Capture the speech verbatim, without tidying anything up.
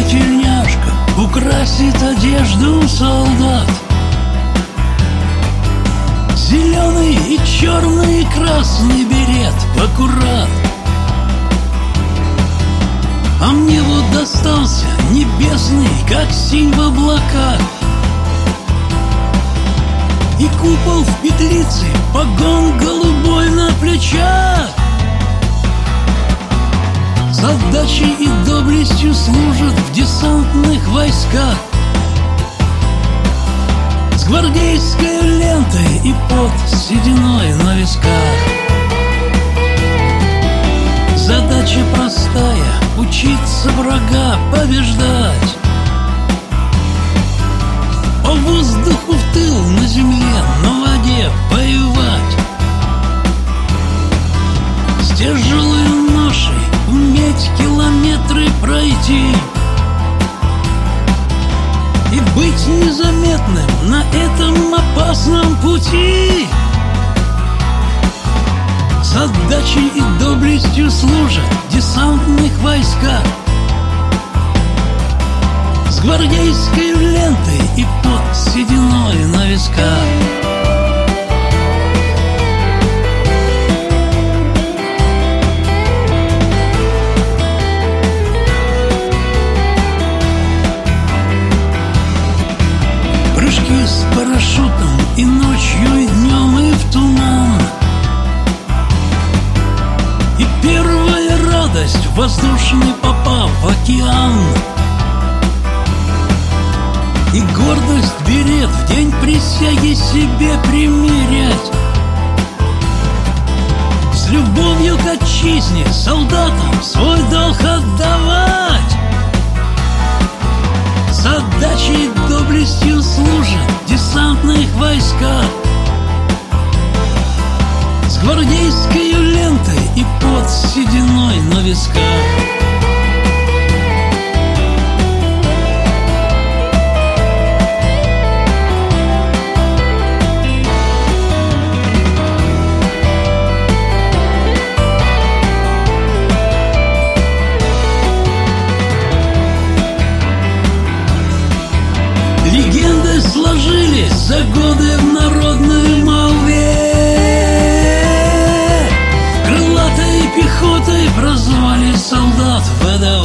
тельняшка украсит одежду солдат. Зеленый и черный и красный берет аккурат. А мне вот достался небесный, как синь в облаках, и купол в петлице, погон голубой на плечах. С отдачей и доблестью служат в десантных войсках, с гвардейской лентой и под сединой на висках. Задача простая — учиться врага побеждать. По воздуху в тыл, на земле, на воде воевать. С тяжелой ношей уметь километры пройти и быть незаметным на этом опасном пути. С отдачей и доблестью служат в десантных войсках, с гвардейской лентой и под сединой на висках. Прыжки с парашютом и ночью, и днем, и в туман. И первая радость воздушный, попав в океан. И гордость берет в день присяги себе примерять. С любовью к отчизне солдатам свой долг отдавать. С отдачей и доблестью служат в десантных войсках, с гвардейской лентой и под сединой на висках. Легенды сложились за годы в народной молве. Крылатой пехотой прозвали солдат вэ дэ